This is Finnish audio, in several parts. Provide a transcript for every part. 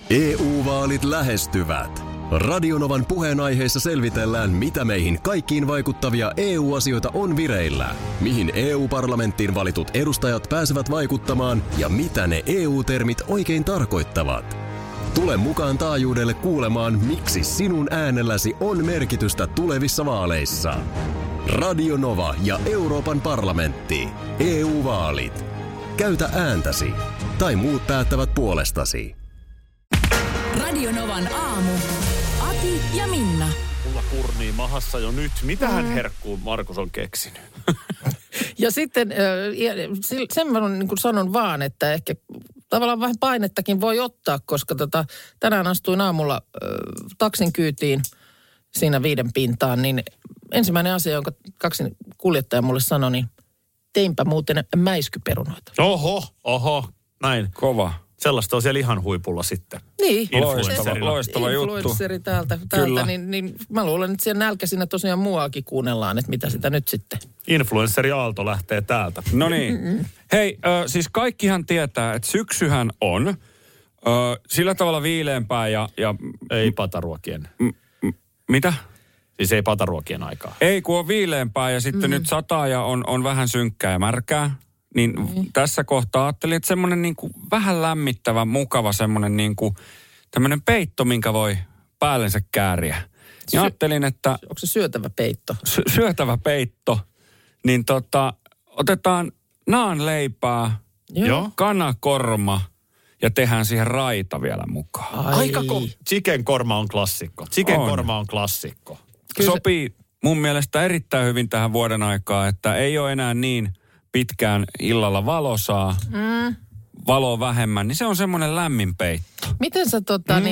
EU-vaalit lähestyvät. Radionovan puheenaiheessa selvitellään, mitä meihin kaikkiin vaikuttavia EU-asioita on vireillä, mihin EU-parlamenttiin valitut edustajat pääsevät vaikuttamaan ja mitä ne EU-termit oikein tarkoittavat. Tule mukaan taajuudelle kuulemaan, miksi sinun äänelläsi on merkitystä tulevissa vaaleissa. Radio Nova ja Euroopan parlamentti. EU-vaalit. Käytä ääntäsi. Tai muut päättävät puolestasi. Radio Novan aamu. Ati ja Minna. Mulla purnii mahassa jo nyt. Mitähän herkkuu Markus on keksinyt? Ja sitten sen mä niin kuin sanon vaan, että ehkä tavallaan vähän painettakin voi ottaa, koska tänään astuin aamulla taksin kyytiin siinä 5 pintaan, niin ensimmäinen asia, jonka taksin kuljettaja mulle sanoi, niin teinpä muuten mäiskyperunoita. Oho, näin. Kova. Sellaista on siellä ihan huipulla sitten. Niin. Loistava juttu. Influensseri täältä niin mä luulen, että siellä nälkäisinä tosiaan muaakin kuunnellaan, että mitä sitä nyt sitten. Influensseri Aalto lähtee täältä. No niin. Hei, siis kaikkihan tietää, että syksyhän on sillä tavalla viileämpää ja ei pataruokien. Mitä? Siis ei pataruokien aikaa. Ei, kun on viileämpää ja sitten nyt sataa ja on vähän synkkää ja märkää. Niin tässä kohtaa ajattelin, että semmoinen niin kuin vähän lämmittävä, mukava semmoinen niin kuin tämmöinen peitto, minkä voi päällensä kääriä. Ja ajattelin, että... Onko se syötävä peitto? Syötävä peitto. Niin otetaan naanleipää, kanakorma ja tehdään siihen raita vielä mukaan. Chicken korma on klassikko. Korma on klassikko. Sopii mun mielestä erittäin hyvin tähän vuoden aikaan, että ei ole enää niin pitkään illalla valosaa, valoa vähemmän, niin se on semmoinen lämmin peitto. Miten sä,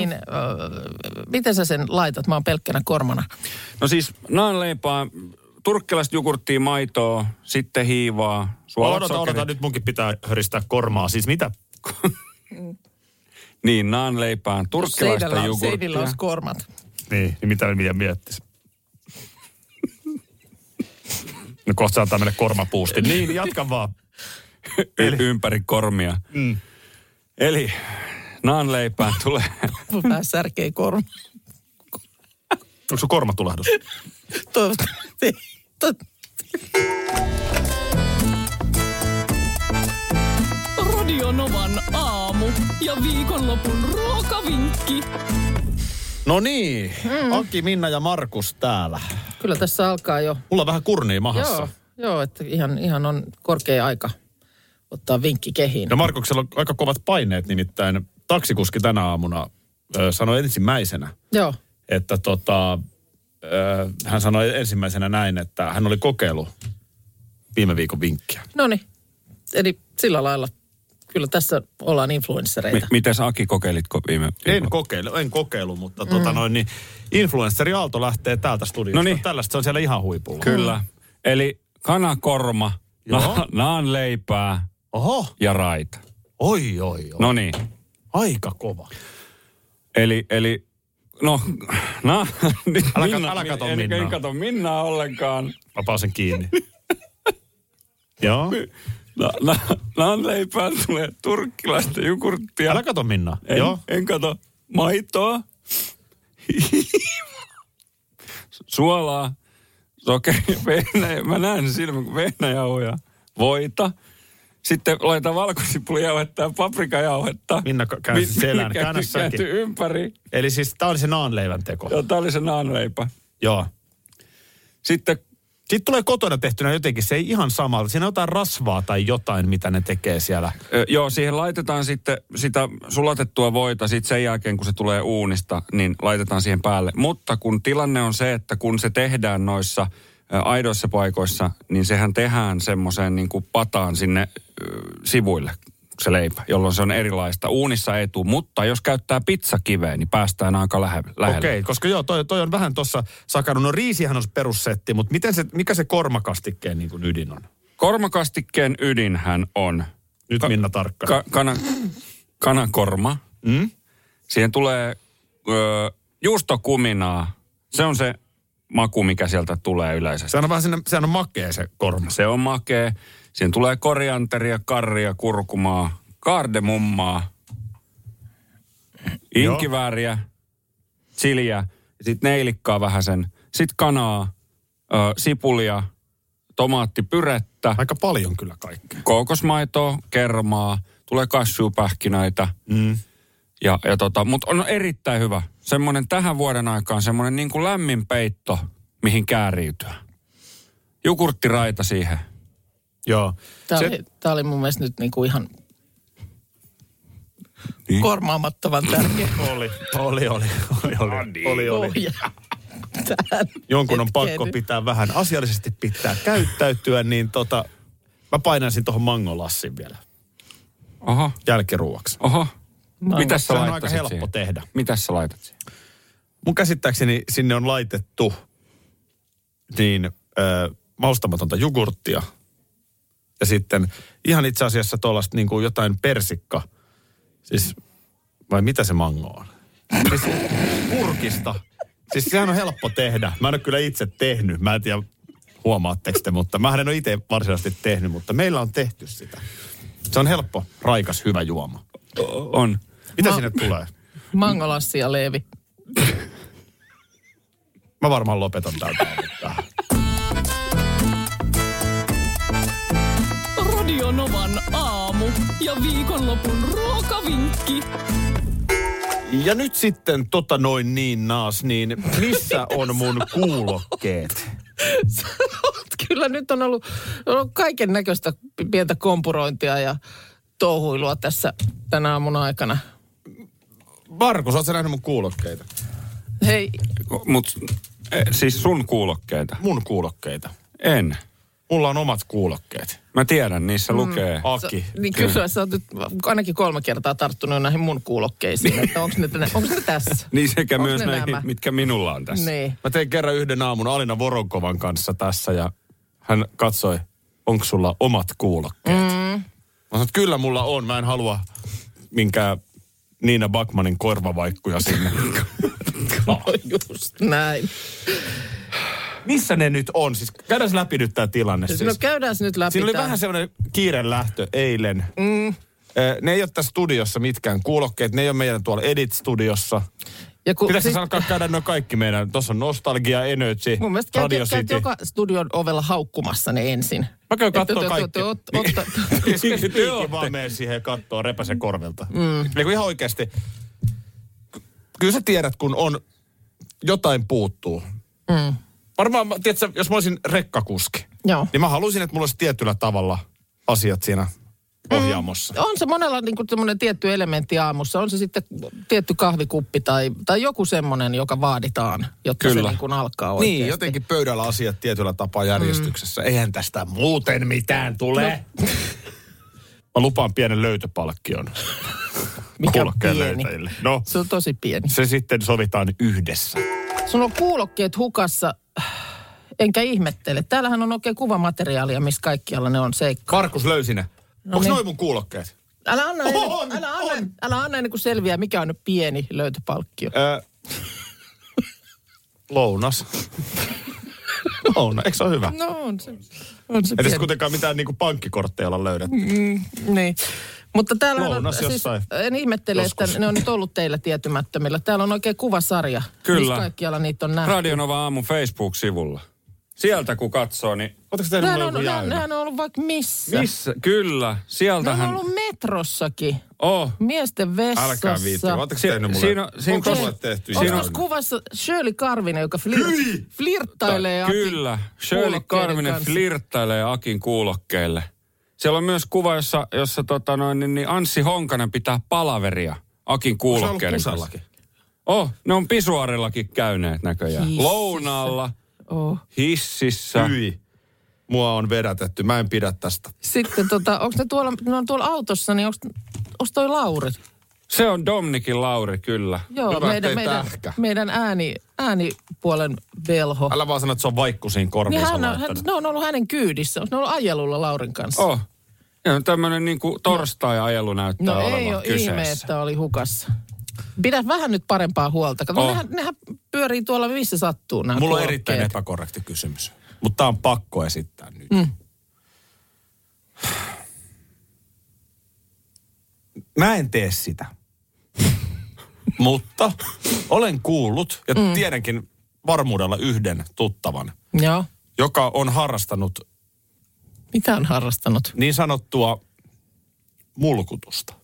miten sä sen laitat? Mä oon pelkkänä kormana. No siis naanleipää, turkkilaista jogurttia, maitoa, sitten hiivaa, Odota, nyt munkin pitää höristää kormaa. Siis mitä? Niin, naanleipään, turkkilaista jogurttia. Seivillä olisi kormat. Niin mitä miettisi? No kohta saattaa meille kormapuusti. Niin, jatka vaan. Ympäri kormia. Eli naanleipään tulee... Vähän särkei korma. Onko se kormatulehdus? Toivottavasti. Radio Novan aamu ja viikonlopun ruokavinkki. No niin, Aki, Minna ja Markus täällä. Kyllä tässä alkaa jo. Mulla on vähän kurnia mahassa. Joo, että ihan on korkea aika ottaa vinkki kehiin. No Markuksella on aika kovat paineet, nimittäin taksikuski tänä aamuna sanoi ensimmäisenä. Joo. Että hän sanoi ensimmäisenä näin, että hän oli kokeillut viime viikon vinkkiä. Noniin, eli sillä lailla. Kyllä tässä ollaan influenssereita. Miten Aki kokeilitko viime viikolla? En kokeilu, mutta niin influensseri Aalto lähtee täältä studiosta. Noniin. Tällaista se on siellä ihan huipulla. Kyllä. Eli kanakorma, naanleipää ja raita. Oi. No niin. Aika kova. Eli no, älä kato Minnaa. En kato Minnaa ollenkaan. Mä pausen kiinni. Joo. Naanleipään tulee turkkilaista jogurttia. Älä kato Minnaa. En kato. Maitoa. Suolaa. Sokeri. Mä näen silmän vehnäjauhoja. Voita. Sitten laitetaan valkosipulijauhetta ja paprikajauhetta. Minna käänsi selän. Kääntyy ympäri. Eli siis tää oli se naanleivän teko. Joo, tää oli se naanleipä. Joo. Sitten tulee kotona tehtynä jotenkin, se ei ihan samalta. Siinä on jotain rasvaa tai jotain, mitä ne tekee siellä. Joo, siihen laitetaan sitten sitä sulatettua voita, sitten sen jälkeen kun se tulee uunista, niin laitetaan siihen päälle. Mutta kun tilanne on se, että kun se tehdään noissa aidoissa paikoissa, niin sehän tehdään semmoiseen niin kuin pataan sinne sivuille se leipä, jolloin se on erilaista. Uunissa ei tule, mutta jos käyttää pizzakiveä, niin päästään aika lähelle. Okei, koska joo, toi on vähän tuossa sakannut. No riisihän on perussetti, mutta mikä se kormakastikkeen niin kuin ydin on? Kormakastikkeen ydinhän on... Nyt Minna tarkka. Kanakorma. Siihen tulee juustokuminaa. Se on se maku, mikä sieltä tulee yleisesti. Sehän on makea se korma. Se on makea. Siihen tulee korianteria, karria, kurkumaa, kaardemummaa. inkivääriä, chiliä, sitten neilikkaa vähäsen, sitten kanaa, sipulia, tomaattipyrettä. Aika paljon kyllä kaikkea. Kookosmaitoa, kermaa, tulee kashupähkinöitä. Mutta on erittäin hyvä. Semmoinen tähän vuoden aikaan semmoinen niin kuin lämmin peitto, mihin kääriytyä. Jogurttiraita siihen. Joo. Tämä oli mun mielestä nyt niinku ihan kormaamattoman tärkeä. Oli. Jonkun on pakko pitää vähän asiallisesti pitää käyttäytyä, niin mä painaisin tuohon mangolassin vielä. Oho. Jälkiruuaksi. Oho. Mitäs sä se on laittasit aika helppo siihen? tehdä. Mitäs sä laitat siihen? Mun käsittääkseni sinne on laitettu maustamatonta jogurttia. Ja sitten ihan itse asiassa tuollaista niin kuin jotain persikka. Siis, vai mitä se mango on? Siis purkista. Siis sehän on helppo tehdä. Mä en ole kyllä itse tehnyt. Mä en tiedä, huomaatteko te, mutta mä en ole itse varsinaisesti tehnyt, mutta meillä on tehty sitä. Se on helppo, raikas, hyvä juoma. On. Mitä sinne tulee? Mangolassi ja Leevi. Mä varmaan lopetan täältä. Radio Novan aamu ja viikonlopun ruokavinkki. Ja nyt sitten niin missä on mun kuulokkeet? Kyllä nyt on ollut kaiken näköistä pientä kompurointia ja touhuilua tässä tänä aamun aikana. Markus, ootko sä nähnyt mun kuulokkeita? Hei. Siis sun kuulokkeita? Mun kuulokkeita. En. Mulla on omat kuulokkeet. Mä tiedän, niissä lukee. Aki. Niin kyllä sä oot nyt ainakin 3 kertaa tarttunut näihin mun kuulokkeisiin, että onko ne tässä? Niin sekä Onks myös ne näihin, nämä? mitkä minulla on tässä. Niin. Mä tein kerran yhden aamun Alina Voronkovan kanssa tässä ja hän katsoi, onko sulla omat kuulokkeet. Mä sanoin, että kyllä mulla on. Mä en halua minkään Niina Backmanin korvavaikkuja sinne. No just näin. Missä ne nyt on? Siis käydään läpi nyt tää tilanne. No Siis, käydään nyt läpi. siinä oli vähän semmoinen kiire lähtö eilen. Ne ei ole tässä studiossa mitkään kuulokkeet. Ne ei ole meidän tuolla Edit-studiossa. Pitäisi alkaa käydä noin kaikki meidän. Tuossa on Nostalgia, Energy, mun mielestä Radio käyt City. joka studion ovella haukkumassa ne ensin. Mä käyn kattoo kaikki. Otta. Vaan mene siihen kattoo repäsen korvilta. Niin ihan oikeasti. Kyllä sä tiedät, kun on jotain puuttuu. Varmaan, tiedätkö, jos mä olisin rekkakuski, niin mä haluaisin, että mulla olisi tietyllä tavalla asiat siinä ohjaamossa. On se monella niin kuin semmoinen tietty elementti aamussa. On se sitten tietty kahvikuppi tai joku semmoinen, joka vaaditaan, jotta Kyllä. se niin kuin alkaa oikeasti. Niin, jotenkin pöydällä asiat tietyllä tapaa järjestyksessä. Eihän tästä muuten mitään tule. No. Mä lupaan pienen löytöpalkkion. Mikä kuulokkeen pieni? löytäjille. No, Se on tosi pieni. se sitten sovitaan yhdessä. Sulla on kuulokkeet hukassa, enkä ihmettele. Täällähän on oikein kuvamateriaalia, missä kaikkialla ne on seikkaa. Markus löysi ne. No Onko niin. noin mun kuulokkeet? Älä anna ennen kuin selviää, mikä on nyt pieni löytöpalkkio. Lounas. Eikö se ole hyvä? No on se Ei tässä pieni. kuitenkaan mitään niinku pankkikortteja olla löydetty. Niin. Mutta täällä Lounas on, siis, jossain. en ihmettele, Joskus. että ne on nyt ollut teillä tietymättömillä. Täällä on oikein kuvasarja. Kyllä. Missä kaikkialla niitä on nähty. Radio Nova aamun Facebook-sivulla. Sieltä kun katsoo, niin... Oletteko teillä mulla joku jäynä? Nehän on ollut vaikka missä. Missä? Kyllä. Ne on Sieltähän... ollut metrossakin. Oh. Miesten vessassa. Älkää viitti. Oletteko tehnyt mulle? Siinä Onko Okei. mulle tehty Onko jäynä? tuossa kuvassa Shirley Karvinen, joka flirttailee Akin Kyllä. Shirley kuulokkeiden Karvinen kanssa? flirttailee Akin kuulokkeille. Siellä on myös kuva, jossa Anssi Honkanen pitää palaveria Akin kuulokkeiden Se on kanssa. ollut Ne on pisuaarillakin käyneet näköjään. Hississä. Lounaalla, hississä. Hyi. Mua on vedätetty. Mä en pidä tästä. Sitten onko ne on tuolla autossa, niin onko toi Lauri? Se on Dominikin Lauri, kyllä. Joo, Hyvä, ettei tähkä. meidän äänipuolen velho. Älä vaan sano, että se on vaikkusiin korviinsa laittanut. Ne on ollut hänen kyydissä. Ne on ollut ajelulla Laurin kanssa. Oh. Ja tämmöinen niinku torstai-ajelu näyttää No olevan ei ole kyseessä. ihme, että oli hukassa. Pidä vähän nyt parempaa huolta. Kato, nehän pyörii tuolla, missä sattuu nämä Mulla on kuulokkeet. erittäin epäkorrekti kysymys. Mutta tää on pakko esittää nyt. Mä en tee sitä. Mutta olen kuullut ja tiedänkin varmuudella yhden tuttavan, Joo. joka on harrastanut Mitä on harrastanut? niin sanottua mulkutusta.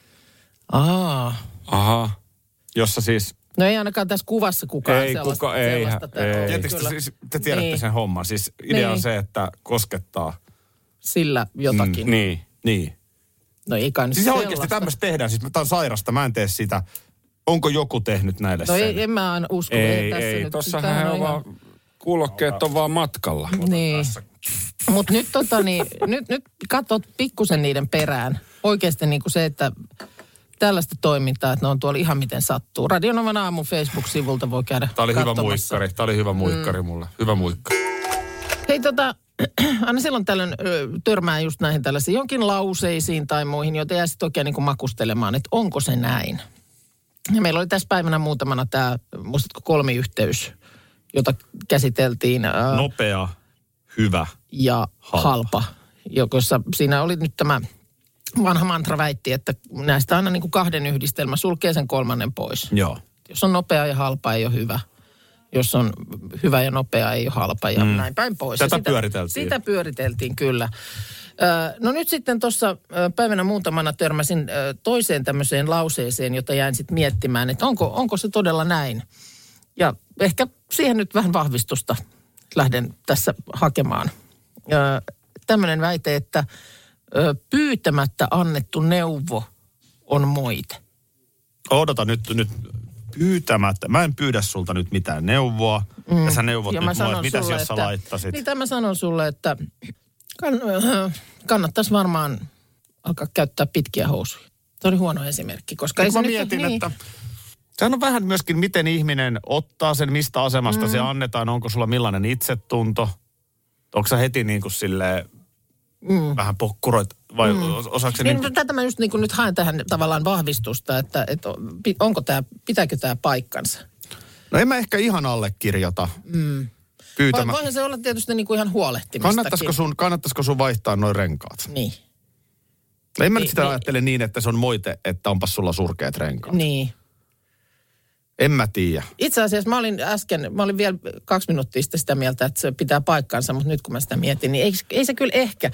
Aha. Jossa siis... No ei ainakaan tässä kuvassa kukaan Ei, sellaista. ei. Kyllä. Siis, te tiedätte Niin. sen homman. Siis idea on Niin. se, että koskettaa. Sillä jotakin. Niin. No ei kai nyt Siis sellaista. oikeasti tämmöistä tehdään. Siis tämä on sairasta, mä en tee sitä. Onko joku tehnyt näille No sen? ei, en mä aina usko. Ei. Nyt, Tossahan tämähän he on vaan, kuulokkeet on vaan matkalla. Niin. Mutta nyt, nyt katsot pikkusen niiden perään. Oikeasti niin kuin se, että tällaista toimintaa, että ne on tuolla ihan miten sattuu. Radionovan aamun Facebook-sivulta voi käydä Tämä oli katsomassa. hyvä muikkari mulle. Hyvä muikkari. Hei aina silloin tällöin törmää just näihin tällaisiin jonkin lauseisiin tai muihin, joita jää sitten oikein niin kuin makustelemaan, että onko se näin. Ja meillä oli tässä päivänä muutamana tämä, muistatko, kolmiyhteys, jota käsiteltiin. Nopea, hyvä. Ja halpa, jossa siinä oli nyt tämä vanha mantra väitti, että näistä aina niin kuin kahden yhdistelmä sulkee sen kolmannen pois. Joo. Jos on nopea ja halpa, ei ole hyvä. Jos on hyvä ja nopea, ei ole halpa ja näin päin pois. Tätä pyöriteltiin. Sitä pyöriteltiin, kyllä. No nyt sitten tuossa päivänä muutamana törmäsin toiseen tämmöiseen lauseeseen, jota jäin sitten miettimään, että onko se todella näin. Ja ehkä siihen nyt vähän vahvistusta lähden tässä hakemaan. Tämmöinen väite, että pyytämättä annettu neuvo on moite. Odota nyt pyytämättä. Mä en pyydä sulta nyt mitään neuvoa. Ja sä neuvot Ja nyt mä mulle, että mitäs jos sä että, laittasit. Niin mä sanon sulle, että kannattaisi varmaan alkaa käyttää pitkiä housuja. Se oli huono esimerkki, koska ei se Mä nyt mietin, niin. että sehän on vähän myöskin, miten ihminen ottaa sen, mistä asemasta se annetaan. Onko sulla millainen itsetunto? Onko sä heti niin kuin silleen vähän pokkuroit vai osaako se Niin, tätä mä just niin kuin nyt haen tähän tavallaan vahvistusta, että pitääkö tämä paikkansa? No en mä ehkä ihan allekirjoita. Voihan se olla tietysti niin kuin ihan huolehtimistakin. Kannattaisiko sun vaihtaa noin renkaat? Niin. En mä nyt sitä ajattele niin, että se on moite, että onpas sulla surkeat renkaat. Niin. En mä tiedä. Itse asiassa mä olin vielä 2 minuuttia sitä mieltä, että se pitää paikkansa, mutta nyt kun mä sitä mietin, niin ei se kyllä ehkä.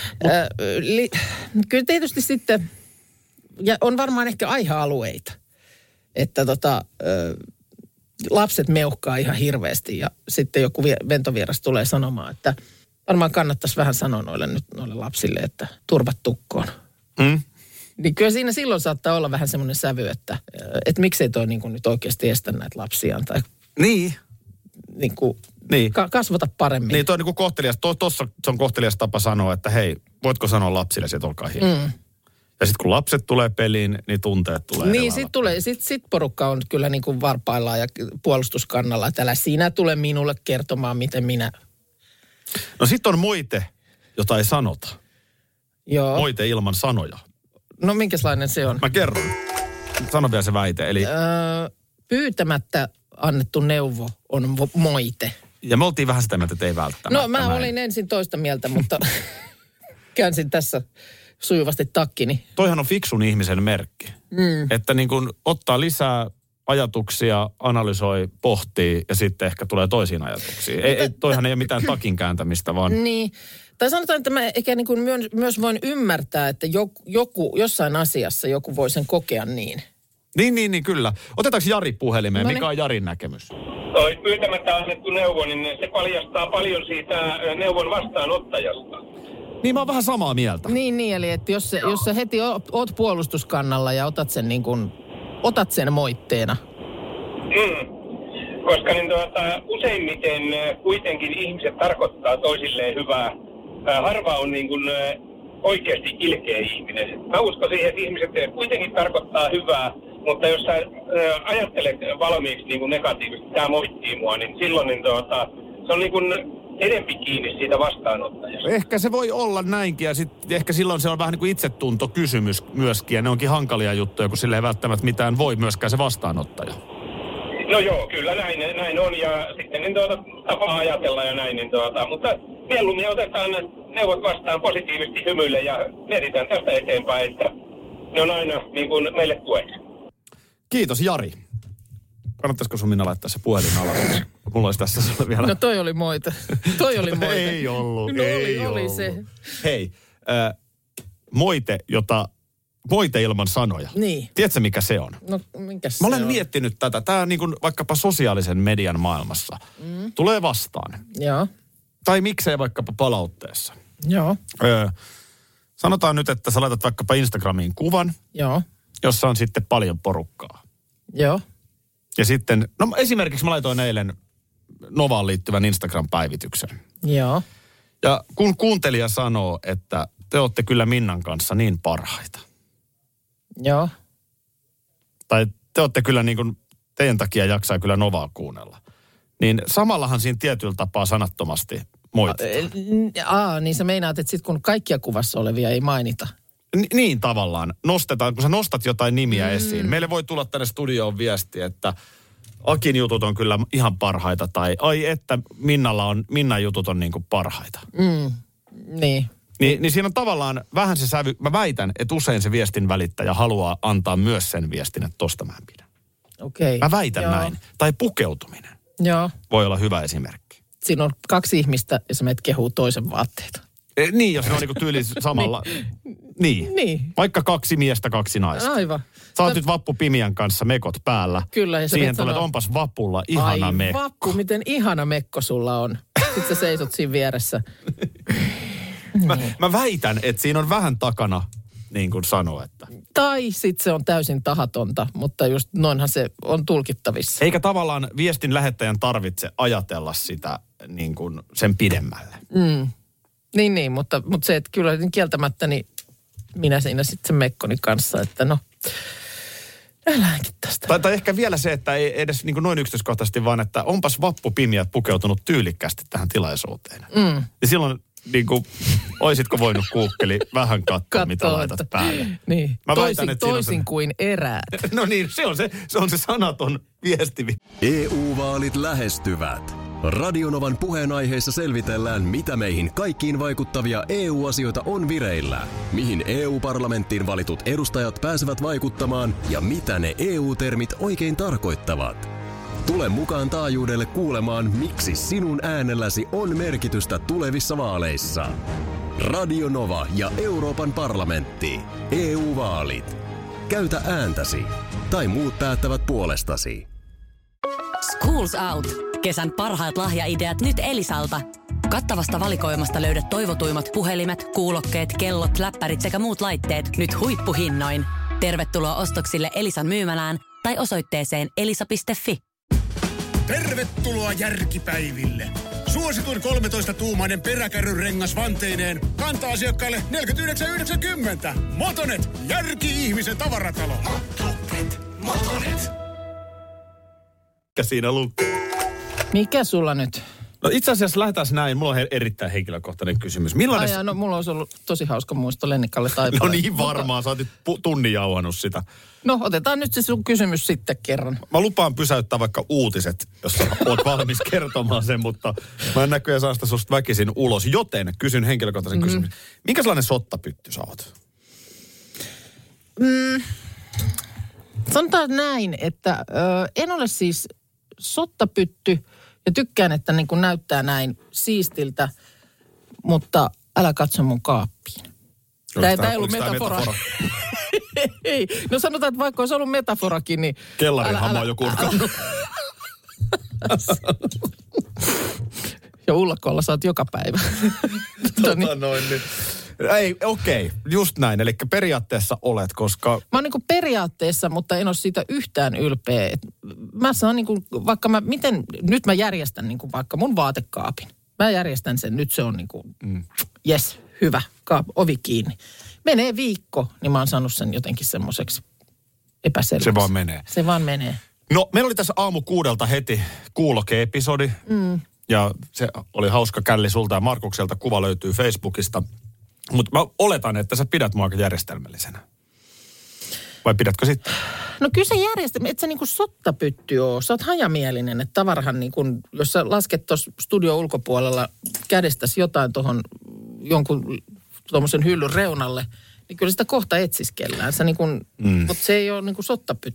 Kyllä tietysti sitten, ja on varmaan ehkä aihealueita, että lapset meuhkaa ihan hirveästi ja sitten joku ventovieras tulee sanomaan, että varmaan kannattaisi vähän sanoa noille lapsille, että turvat tukkoon. Niin kyllä siinä silloin saattaa olla vähän semmoinen sävy, että miksei toi niin kuin nyt oikeasti estä näitä lapsiaan tai Niin. kasvata paremmin. Niin, toi on niin kuin kohtelias. Tossa se on kohtelias tapa sanoa, että hei, voitko sanoa lapsille, että olkaa hiljaa. Ja sitten kun lapset tulee peliin, niin tunteet tulee. Niin, sit porukka on kyllä niin kuin varpaillaan ja puolustuskannalla, että älä sinä tule minulle kertomaan, miten minä. No sit on moite, jota ei sanota. Joo. Moite ilman sanoja. No minkälainen se on? Mä kerron. Sano vielä se väite. Eli... Pyytämättä annettu neuvo on moite. Ja me oltiin vähän sitä mieltä, että ei välttämättä. No mä olin ensin toista mieltä, mutta käänsin tässä sujuvasti takkini. Toihan on fiksun ihmisen merkki. Että niin kun ottaa lisää ajatuksia, analysoi, pohtii ja sitten ehkä tulee toisiin ajatuksiin. Toihan ei ole mitään takin kääntämistä, vaan... Niin. Tai sanotaan, että mä ehkä niin kuin myös voin ymmärtää, että jossain asiassa joku voi sen kokea niin. Niin, kyllä. Otetaanko Jari puhelimeen? Mikä on Jarin näkemys? Toi pyytämättä annettu neuvo, niin se paljastaa paljon siitä neuvon vastaanottajasta. Niin, mä oon vähän samaa mieltä. Niin, eli että jos sä heti oot puolustuskannalla ja otat sen moitteena. Koska niin useimmiten kuitenkin ihmiset tarkoittaa toisilleen hyvää. Harva on niin kuin oikeasti ilkeä ihminen. Mä uskon siihen, että ihmiset kuitenkin tarkoittaa hyvää, mutta jos sä ajattelet valmiiksi niin kuin negatiivisesti, tämä moittii mua, niin silloin niin se on niin kuin edempi kiinni siitä vastaanottajasta. Ehkä se voi olla näinkin ja sitten ehkä silloin se on vähän niin kuin itsetuntokysymys myöskin ja ne onkin hankalia juttuja, kun sille ei välttämättä mitään voi myöskään se vastaanottaja. No joo, kyllä näin on ja sitten niin tapaa ajatella ja näin, mutta mieluummin otetaan neuvot vastaan positiivisesti hymyille ja mietitään tästä eteenpäin, että ne on aina niin kuin meille tueksi. Kiitos Jari. Kannattaisiko sun Minna laittaa se puhelin alas? Mulla olisi tässä vielä... No toi oli moite. Toi oli moite. Ei ollut. No ei oli ollut. se. Hei, moite ilman sanoja. Niin. Tiedätkö mikä se on? No minkäs Mä olen se on? miettinyt tätä. Tämä niin kuin vaikkapa sosiaalisen median maailmassa. Tulee vastaan. Joo. Tai miksei vaikkapa palautteessa. Joo. Sanotaan nyt, että sä laitat vaikkapa Instagramiin kuvan, Joo. jossa on sitten paljon porukkaa. Joo. Ja sitten, no esimerkiksi mä laitoin eilen Novaan liittyvän Instagram-päivityksen. Joo. Ja kun kuuntelija sanoo, että te olette kyllä Minnan kanssa niin parhaita. Joo. Tai te olette kyllä niin kuin, teidän takia jaksaa kyllä Novaa kuunnella. Niin samallahan siinä tietyllä tapaa sanattomasti moititaan. Niin sä meinaat, että sit kun kaikkia kuvassa olevia ei mainita. Niin tavallaan. Nostetaan, kun sä nostat jotain nimiä esiin. Meille voi tulla tänne studioon viesti, että Akin jutut on kyllä ihan parhaita. Tai ai että Minnan jutut on niin kuin parhaita. Niin. Niin siinä on tavallaan vähän se sävy. Mä väitän, että usein se viestin välittäjä haluaa antaa myös sen viestin, että tosta mä en pidä. Okei. Mä väitän näin. Tai pukeutuminen Joo. voi olla hyvä esimerkki. Siinä on 2 ihmistä ja sä menet kehuu toisen vaatteita. Niin, jos ne on niinku tyyli samalla. Niin. Vaikka 2 miestä, 2 naista. Aivan. Sä oot nyt Vappu Pimiän kanssa mekot päällä. Kyllä, ja sä siihen menet tulee, sanoa, onpas Vapulla ihana ai, mekko. Vappu, miten ihana mekko sulla on. Sitten sä seisot siinä vieressä. Mä väitän, että siinä on vähän takana, niin kuin sanoo, että... Tai sitten se on täysin tahatonta, mutta just noinhan se on tulkittavissa. Eikä tavallaan viestin lähettäjän tarvitse ajatella sitä niin kuin sen pidemmälle. Niin, mutta se, että kyllä kieltämättä niin minä siinä sitten sen mekkoni kanssa, että no, äläänkin tästä. Tai ehkä vielä se, että ei edes niin kuin noin yksityiskohtaisesti, vaan että onpas Vappu Pimiät pukeutunut tyylikkäästi tähän tilaisuuteen. Ja silloin niin kuin, oisitko voinut Google vähän katsoa, mitä laitat päälle. Niin, Mä väitän, että toisin kuin eräät. No niin, se on se sanaton viesti. EU-vaalit lähestyvät. Radionovan puheenaiheessa selvitellään, mitä meihin kaikkiin vaikuttavia EU-asioita on vireillä, mihin EU-parlamenttiin valitut edustajat pääsevät vaikuttamaan ja mitä ne EU-termit oikein tarkoittavat. Tule mukaan taajuudelle kuulemaan, miksi sinun äänelläsi on merkitystä tulevissa vaaleissa. Radio Nova ja Euroopan parlamentti. EU-vaalit. Käytä ääntäsi. Tai muut päättävät puolestasi. Schools Out. Kesän parhaat lahjaideat nyt Elisalta. Kattavasta valikoimasta löydät toivotuimmat puhelimet, kuulokkeet, kellot, läppärit sekä muut laitteet nyt huippuhinnoin. Tervetuloa ostoksille Elisan myymälään tai osoitteeseen elisa.fi. Tervetuloa järkipäiville. Suosituin 13-tuumainen peräkärryrengas vanteineen kantaa asiakkaille 49,90. Motonet, järki-ihmisen tavaratalo. Motonet. Mikä siinä lukee? Mikä sulla nyt? No itse asiassa lähdetään näin. Mulla on erittäin henkilökohtainen kysymys. Millainen... No mulla olisi ollut tosi hauska muisto Lennikalle Taipaleelle. No niin varmaan, sä oot tunnin jauhannut sitä. No otetaan nyt se sun kysymys sitten kerran. Mä lupaan pysäyttää vaikka uutiset, jos sä oot valmis kertomaan sen, mutta mä en näköjään saa sitä susta väkisin ulos. Joten kysyn henkilökohtaisen kysymyksen. Minkä sellainen sottapytty sä oot? Sanotaan näin, että en ole siis sottapytty ja tykkään, että niin kuin näyttää näin siistiltä, mutta älä katso mun kaappiin. Tämä ei ollut metafora. Ei. No sanotaan, että vaikka olisi ollut metaforakin, niin... Kellarihan mä oon jo kurkannut. Ja ullakolla saat joka päivä. Noin niin. Ei, okei, just näin. Eli periaatteessa olet, koska... Mä oon niin kuin periaatteessa, mutta en ole siitä yhtään ylpeä. Mä saan niin kuin, vaikka nyt mä järjestän niin kuin vaikka mun vaatekaapin. Mä järjestän sen, nyt se on niin kuin, jes, hyvä, ovi kiinni. Menee viikko, niin mä oon saanut sen jotenkin semmoiseksi epäselväksi. Se vaan menee. Se vaan menee. No, meillä oli tässä aamu 6 heti kuuloke-episodi. Ja se oli hauska källi sulta ja Markukselta. Kuva löytyy Facebookista. Mutta mä oletan, että sä pidät mua aika järjestelmällisenä. Vai pidätkö sitten? No kyllä se et sä niinku sottapytty oo. Sä oot hajamielinen, että tavarahan niinku, jos sä lasket tuossa studio ulkopuolella kädestäsi jotain tuohon jonkun tuommoisen hyllyn reunalle, niin kyllä sitä kohta etsiskellään. Mutta se ei ole niinku sottapytty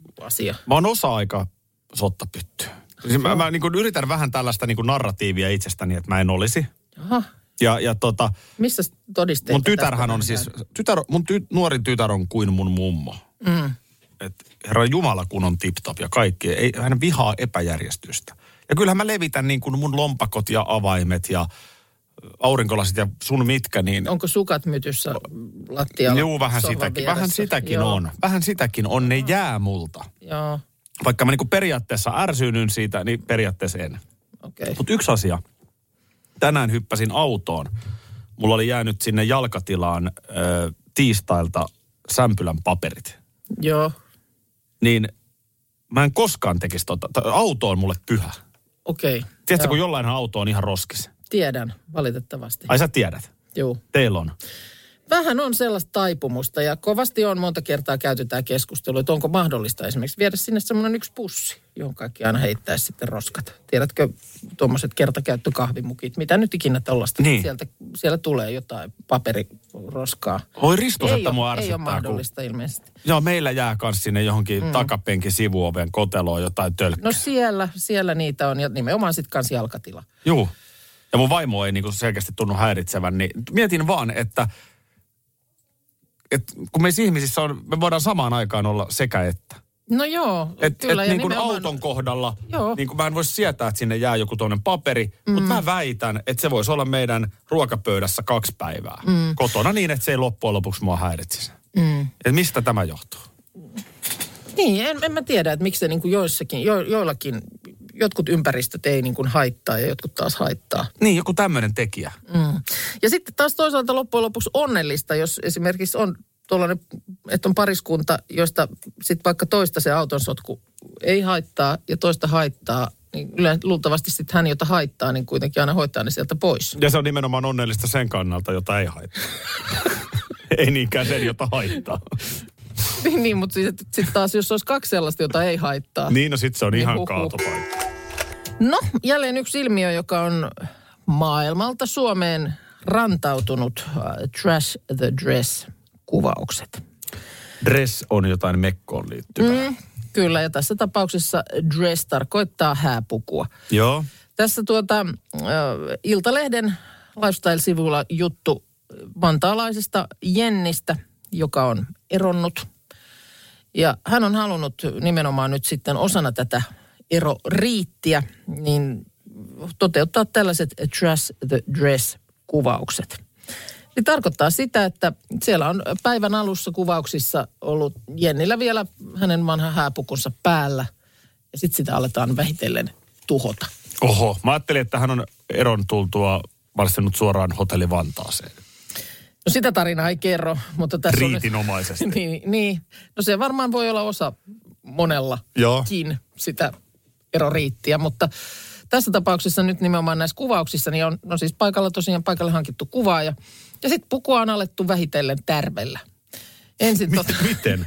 asia. Mä oon osa-aika sottapytty. Siis mä niin kuin yritän vähän tällaista niin kuin narratiivia itsestäni, että mä en olisi. Aha. Ja missä todisteita? Mun tytärhän on siis, nuorin tytär on kuin mun mummo. Että herra Jumala kun on tip-top ja kaikki. Ei, hän vihaa epäjärjestystä. Ja kyllähän mä levitän niin kuin mun lompakot ja avaimet ja aurinkolasit ja sun mitkä, niin... Onko sukat mytyssä lattialla? Joo, vähän sitäkin on. Vähän sitäkin on, ne jää multa. Joo. Vaikka mä niinku periaatteessa ärsyynyn siitä, niin periaatteessa en. Okay. Mutta yksi asia. Tänään hyppäsin autoon. Mulla oli jäänyt sinne jalkatilaan tiistailta sämpylän paperit. Joo. Niin mä en koskaan tekisi auto on mulle pyhä. Okei. Okay. Tiedätkö, kun jollain auto on ihan roskis? Tiedän, valitettavasti. Ai sä tiedät? Joo. Teillä on? Vähän on sellaista taipumusta ja kovasti on monta kertaa käyty tämä keskustelu, että onko mahdollista esimerkiksi viedä sinne semmoinen yksi pussi, johon kaikki aina heittäisi sitten roskat. Tiedätkö tuommoiset kertakäyttökahvimukit, mitä nyt ikinä tollaista, niin. Siellä tulee jotain paperiroskaa. Oi Ristus, että mua ärsyttää. Ei ole mahdollista ilmeisesti. Joo, meillä jää kans sinne johonkin takapenkin sivuoven koteloon jotain tölkkää. No siellä niitä on ja nimenomaan sitten kans jalkatila. Joo. Ja mun vaimo ei niinku selkeästi tunnu häiritsevän, niin mietin vaan, että kun meissä ihmisissä on, me voidaan samaan aikaan olla sekä että. No joo, kyllä. Niin kuin auton kohdalla, niin kuin mä en voisi sietää, että sinne jää joku toinen paperi, mutta mä väitän, että se voisi olla meidän ruokapöydässä 2 päivää kotona niin, että se ei loppujen lopuksi mua häiritsisi. Että mistä tämä johtuu? Niin, en mä tiedä, että miksi se niin kuin joillakin, jotkut ympäristöt ei niin kuin haittaa ja jotkut taas haittaa. Niin, joku tämmöinen tekijä. Ja sitten taas toisaalta loppujen lopuksi onnellista, jos esimerkiksi on tuollainen, että on pariskunta, josta sitten vaikka toista se auton sotku ei haittaa ja toista haittaa, niin luultavasti sitten hän, jota haittaa, niin kuitenkin aina hoitaa ne sieltä pois. Ja se on nimenomaan onnellista sen kannalta, jota ei haittaa. Ei niinkään sen, jota haittaa. Niin, mutta sitten taas, jos olisi 2 sellaista, jota ei haittaa. Niin, no sitten se on niin ihan kaatopaikka. No, jälleen yksi ilmiö, joka on maailmalta Suomeen rantautunut Trash the Dress-kuvaukset. Dress on jotain mekkoon liittyvää. Kyllä, ja tässä tapauksessa dress tarkoittaa hääpukua. Joo. Tässä Iltalehden lifestyle-sivuilla juttu vantaalaisesta Jennistä, joka on eronnut. Ja hän on halunnut nimenomaan nyt sitten osana tätä eroriittiä, niin toteuttaa tällaiset Trash the Dress-kuvaukset. Eli tarkoittaa sitä, että siellä on päivän alussa kuvauksissa ollut Jennillä vielä hänen vanha hääpukunsa päällä. Ja sitten sitä aletaan vähitellen tuhota. Oho, mä ajattelin, että hän on eron tultua valstunut suoraan hotelli Vantaaseen. No sitä tarinaa ei kerro, mutta tässä riitinomaisesti. on... niin. No se varmaan voi olla osa monellakin sitä eroriittiä, mutta tässä tapauksessa nyt nimenomaan näissä kuvauksissa niin on siis paikalle hankittu kuvaaja. Ja sitten pukua on alettu vähitellen tärvellä. Ensin Miten?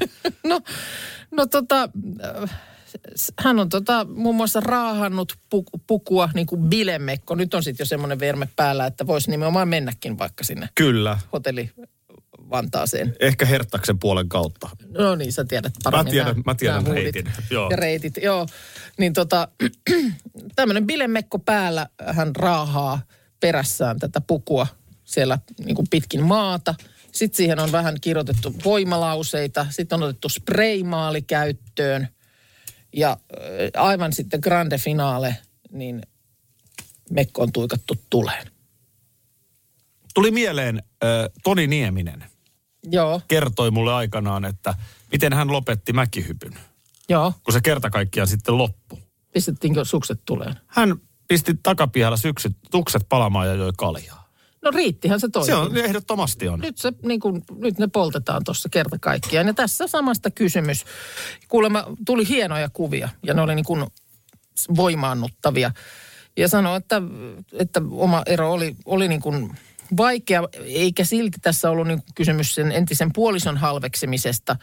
hän on muun muassa raahannut pukua niin kuin bilemekko. Nyt on sitten jo semmoinen verme päällä, että voisi nimenomaan mennäkin vaikka sinne. Kyllä. Hotelli Vantaaseen. Ehkä Herttaksen puolen kautta. No niin, sä tiedät paremmin. Mä tiedän reitin. Joo. Ja reitit, joo. Niin tämmöinen bilemekko päällä hän raahaa perässään tätä pukua siellä niin kuin pitkin maata. Sitten siihen on vähän kirjoitettu voimalauseita. Sitten on otettu spraymaali käyttöön. Ja aivan sitten grande finale, niin mekko on tuikattu tuleen. Tuli mieleen Toni Nieminen. Joo. Kertoi mulle aikanaan, että miten hän lopetti mäkihypyn. Joo. Kun se kerta kaikkiaan sitten loppui. Pistettiinkö sukset tuleen? Hän pisti takapihalla tukset palamaan ja joi kaljaa. No riittihän se toimi. Se on, ehdottomasti on. Nyt ne poltetaan tuossa kerta kaikkiaan. Ja tässä samasta kysymys. Kuulemma tuli hienoja kuvia ja ne oli niin kuin voimaannuttavia. Ja sanoi, että oma ero oli niin kuin vaikea, eikä silti tässä ollut niin kuin kysymys sen entisen puolison halveksimisesta.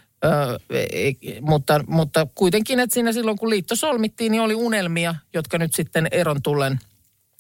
Mutta kuitenkin, että siinä silloin kun liitto solmittiin, niin oli unelmia, jotka nyt sitten eron tullen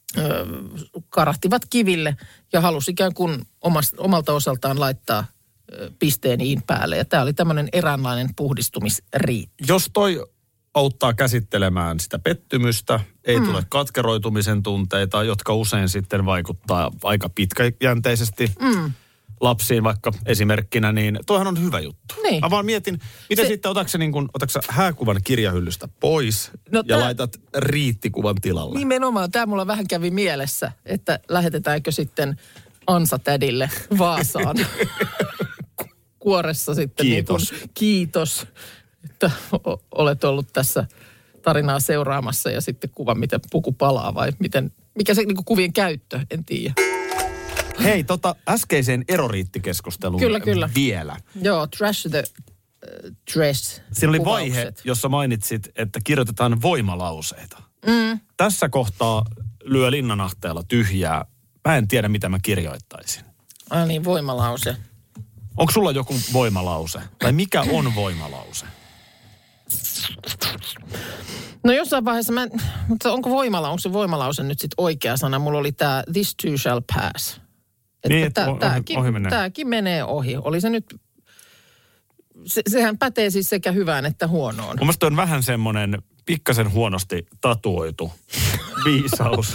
karahtivat kiville ja halusi ikään kuin omalta osaltaan laittaa pisteen iin päälle. Ja tämä oli tämmöinen eräänlainen puhdistumisriitti. Jos toi auttaa käsittelemään sitä pettymystä, ei tule katkeroitumisen tunteita, jotka usein sitten vaikuttaa aika pitkäjänteisesti lapsiin vaikka esimerkkinä, niin toihan on hyvä juttu. Niin. Mä vaan mietin, miten sitten otatko hääkuvan kirjahyllystä pois ja laitat riittikuvan tilalle? Nimenomaan, tämä mulla vähän kävi mielessä, että lähetetäänkö sitten Ansa-tädille Vaasaan kuoressa sitten. Kiitos. Kiitos, että olet ollut tässä tarinaa seuraamassa ja sitten kuva, miten puku palaa vai mikä se niin kuvien käyttö, en tiedä. Hei, äskeiseen eroriittikeskusteluun Kyllä. vielä. Joo, trash the dress. Siinä oli vaihe, jossa mainitsit, että kirjoitetaan voimalauseita. Tässä kohtaa lyö linnanahteella tyhjää. Mä en tiedä, mitä mä kirjoittaisin. Ai niin, voimalause. Onko sulla joku voimalause? Tai mikä on voimalause? No jossain vaiheessa mutta onko se voimalause nyt sitten oikea sana? Mulla oli tämä this too shall pass. Niin, että ohi menee. Tämäkin menee ohi. Oli se nyt, sehän pätee siis sekä hyvään että huonoon. Mun mielestä on vähän semmoinen pikkasen huonosti tatuoitu viisaus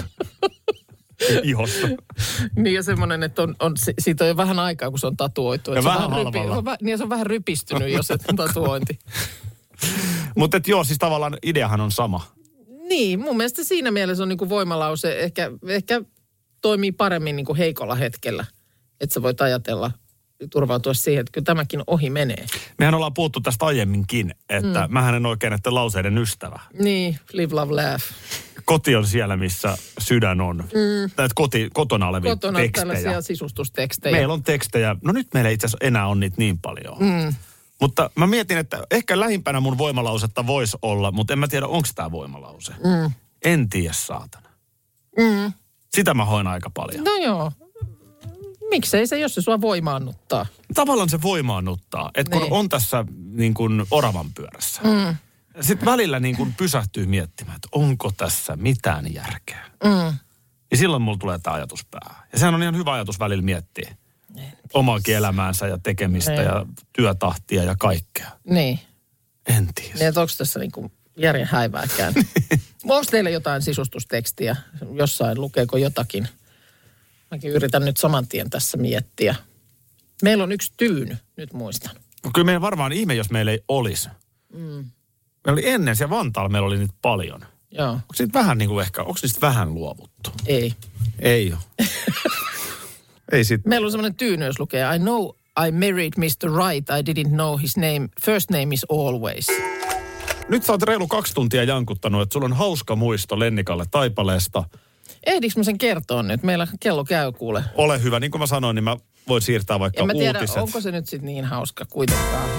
ihossa. Niin ja semmoinen, että siitä on jo vähän aikaa, kun se on tatuoitu. Ja vähän halvalla. Niin se on vähän rypistynyt, jos se tatuointi. Mutta joo, siis tavallaan ideahan on sama. Niin, mun mielestä siinä mielessä on niinku voimalause ehkä toimii paremmin niinku heikolla hetkellä. Että sä voit ajatella, turvautua siihen, että kyllä tämäkin ohi menee. Mehän ollaan puhuttu tästä aiemminkin, että mähän en oikein näiden lauseiden ystävä. Niin, live, love, laugh. Koti on siellä, missä sydän on. Näitä kotona olevia kotona tekstejä. Kotona tällaisia sisustustekstejä. Meillä on tekstejä. No nyt meillä itse asiassa enää on niitä niin paljon. Mutta mä mietin, että ehkä lähimpänä mun voimalausetta voisi olla, mutta en mä tiedä, onko tämä voimalause. En tiedä, saatana. Sitä mä hoin aika paljon. No joo. Miksei se, jos se sua voimaannuttaa? Tavallaan se voimaannuttaa, että kun on tässä niin kuin oravan pyörässä. Sitten välillä niin kuin pysähtyy miettimään, että onko tässä mitään järkeä. Ja silloin mulla tulee tämä ajatus päähän. Ja sehän on ihan hyvä ajatus välillä miettiä. Omaakin elämäänsä ja tekemistä ja työtahtia ja kaikkea. Niin. En tiedä. Niin, että onko tässä niinku järjen häivääkään? Onko teillä jotain sisustustekstiä? Jossain lukeeko jotakin? Mäkin yritän nyt saman tien tässä miettiä. Meillä on yksi tyyny, nyt muistan. No kyllä meillä varmaan ihme, jos meillä ei olisi. Meillä oli ennen siellä Vantaalla, meillä oli nyt paljon. Joo. Onko siitä vähän niin kuin ehkä, onko niistä vähän luovuttu? Ei. Ei ole. Ei sit. Meillä on semmoinen tyyny, jos lukee, I know I married Mr. Right, I didn't know his name, first name is always. Nyt sä oot reilu 2 tuntia jankuttanut, että sulla on hauska muisto Lennikalle Taipaleesta. Ehdinkö mä sen kertoa nyt? Meillä kello käy kuule. Ole hyvä, niin kuin mä sanoin, niin mä voin siirtää vaikka uutiset. En mä tiedä, onko se nyt sitten niin hauska kuitenkaan.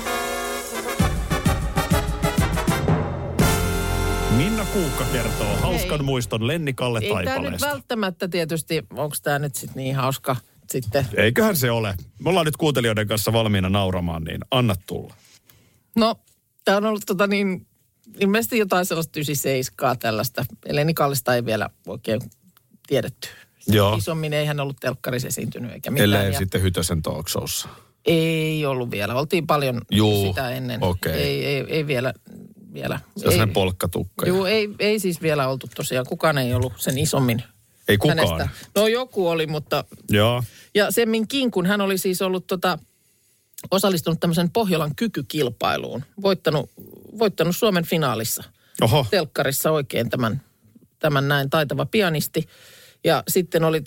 Minna Kuukka kertoo hauskan muiston Lennikalle Taipaleesta. Ei tämä nyt välttämättä tietysti, onko tämä nyt sitten niin hauska sitten? Eiköhän se ole. Me ollaan nyt kuuntelijoiden kanssa valmiina nauramaan, niin anna tulla. No, tämä on ollut ilmeisesti jotain sellaista 97 tällaista. Lennikallista ei vielä oikein tiedetty. Joo. Isommin ei hän ollut telkkarissa esiintynyt eikä mitään. Ellei sitten Hytösen talk showssa. Ei ollut vielä. Oltiin paljon sitä ennen. Okay. Ei vielä. Sellainen polkkatukka. Joo, ei siis vielä oltu tosiaan. Kukaan ei ollut sen isommin. Ei kukaan. Hänestä. No joku oli, mutta... Joo. Ja semminkin, kun hän oli siis ollut osallistunut tämmöisen Pohjolan kykykilpailuun. Voittanut Suomen finaalissa. Oho. Telkkarissa oikein tämän näin taitava pianisti. Ja sitten oli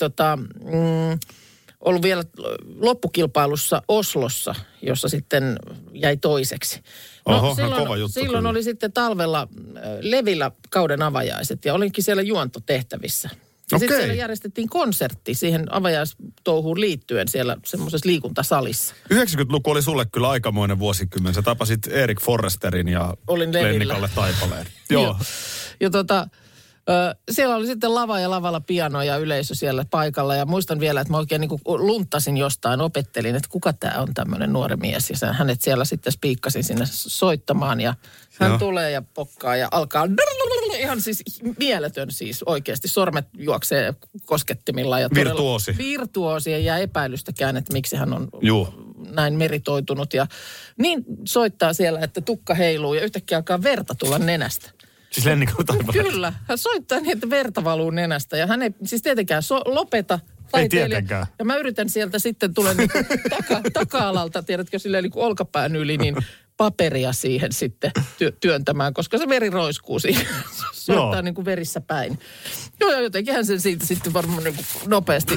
ollut vielä loppukilpailussa Oslossa, jossa sitten jäi toiseksi. Oho, kova juttu. Silloin oli sitten talvella Levillä kauden avajaiset ja olinkin siellä juontotehtävissä. Ja sitten siellä järjestettiin konsertti siihen avajaistouhuun liittyen siellä semmoisessa liikuntasalissa. 90-luku oli sulle kyllä aikamoinen vuosikymmen. Sä tapasit Erik Forresterin ja Lennikalle Taipaleen. Joo. Ja siellä oli sitten lava ja lavalla piano ja yleisö siellä paikalla. Ja muistan vielä, että mä oikein niin kuin lunttasin jostain, opettelin, että kuka tämä on tämmöinen nuori mies. Ja hänet siellä sitten spiikkasin sinne soittamaan ja hän tulee ja pokkaa ja alkaa ihan siis mieletön siis oikeasti. Sormet juoksee koskettimilla. Ja virtuosi. Virtuosi ja epäilystäkään, että miksi hän on näin meritoitunut. Ja niin soittaa siellä, että tukka heiluu ja yhtäkkiä alkaa verta tulla nenästä. Siis Lennikko Taipale. Kyllä, hän soittaa niin, että verta valuu nenästä ja hän ei siis tietenkään lopeta. Ei tietenkään. Ja mä yritän sieltä sitten tulla niin taka-alalta, tiedätkö, silleen niin kuin olkapään yli, niin paperia siihen sitten työntämään, koska se veri roiskuu siihen. Soittaa niin kuin verissä päin. Joo, jotenkin hän sen siitä sitten varmaan niin kuin nopeasti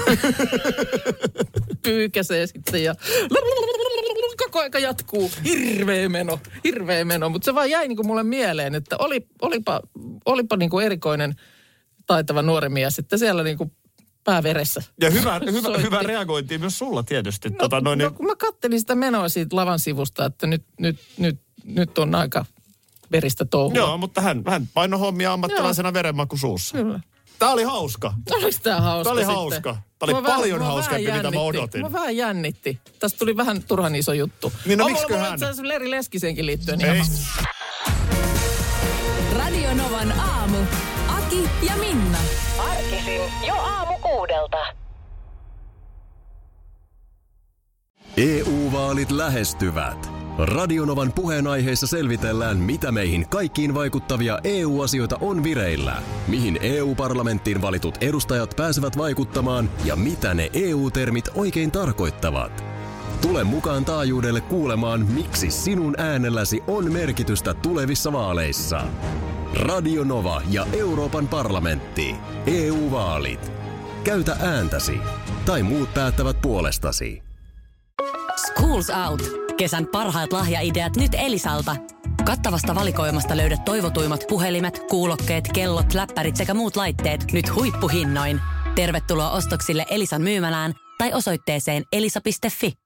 pyykäsee sitten ja koko aika jatkuu. Hirveä meno. Mutta se vaan jäi niin kuin mulle mieleen, että olipa niin kuin erikoinen taitava nuori mies, että siellä niin kuin pääveressä. Ja hyvä reagointia myös sulla tietysti. Kun mä kattelin sitä menoa siitä lavan sivusta, että nyt on aika veristä touhua. Joo, mutta hän painoi hommia ammattilaisena verenmaku suussa. Kyllä. Tää oli hauska. Oliko tää hauska? Tää oli hauska. Tää oli paljon hauskempi, mitä mä odotin. Mä vähän jännitti. Tästä tuli vähän turhan iso juttu. Niin no miksiköhän? On Leri Leskisenkin liittyen. Ei. Radio Novan aamu. Aki ja Minna. Arkisin jo aamu 6:00. EU-vaalit lähestyvät. Radionovan puheenaiheessa selvitellään, mitä meihin kaikkiin vaikuttavia EU-asioita on vireillä, mihin EU-parlamenttiin valitut edustajat pääsevät vaikuttamaan ja mitä ne EU-termit oikein tarkoittavat. Tule mukaan taajuudelle kuulemaan, miksi sinun äänelläsi on merkitystä tulevissa vaaleissa. Radio Nova ja Euroopan parlamentti. EU-vaalit. Käytä ääntäsi. Tai muut päättävät puolestasi. Schools Out. Kesän parhaat lahjaideat nyt Elisalta. Kattavasta valikoimasta löydät toivotuimmat puhelimet, kuulokkeet, kellot, läppärit sekä muut laitteet nyt huippuhinnoin. Tervetuloa ostoksille Elisan myymälään tai osoitteeseen elisa.fi.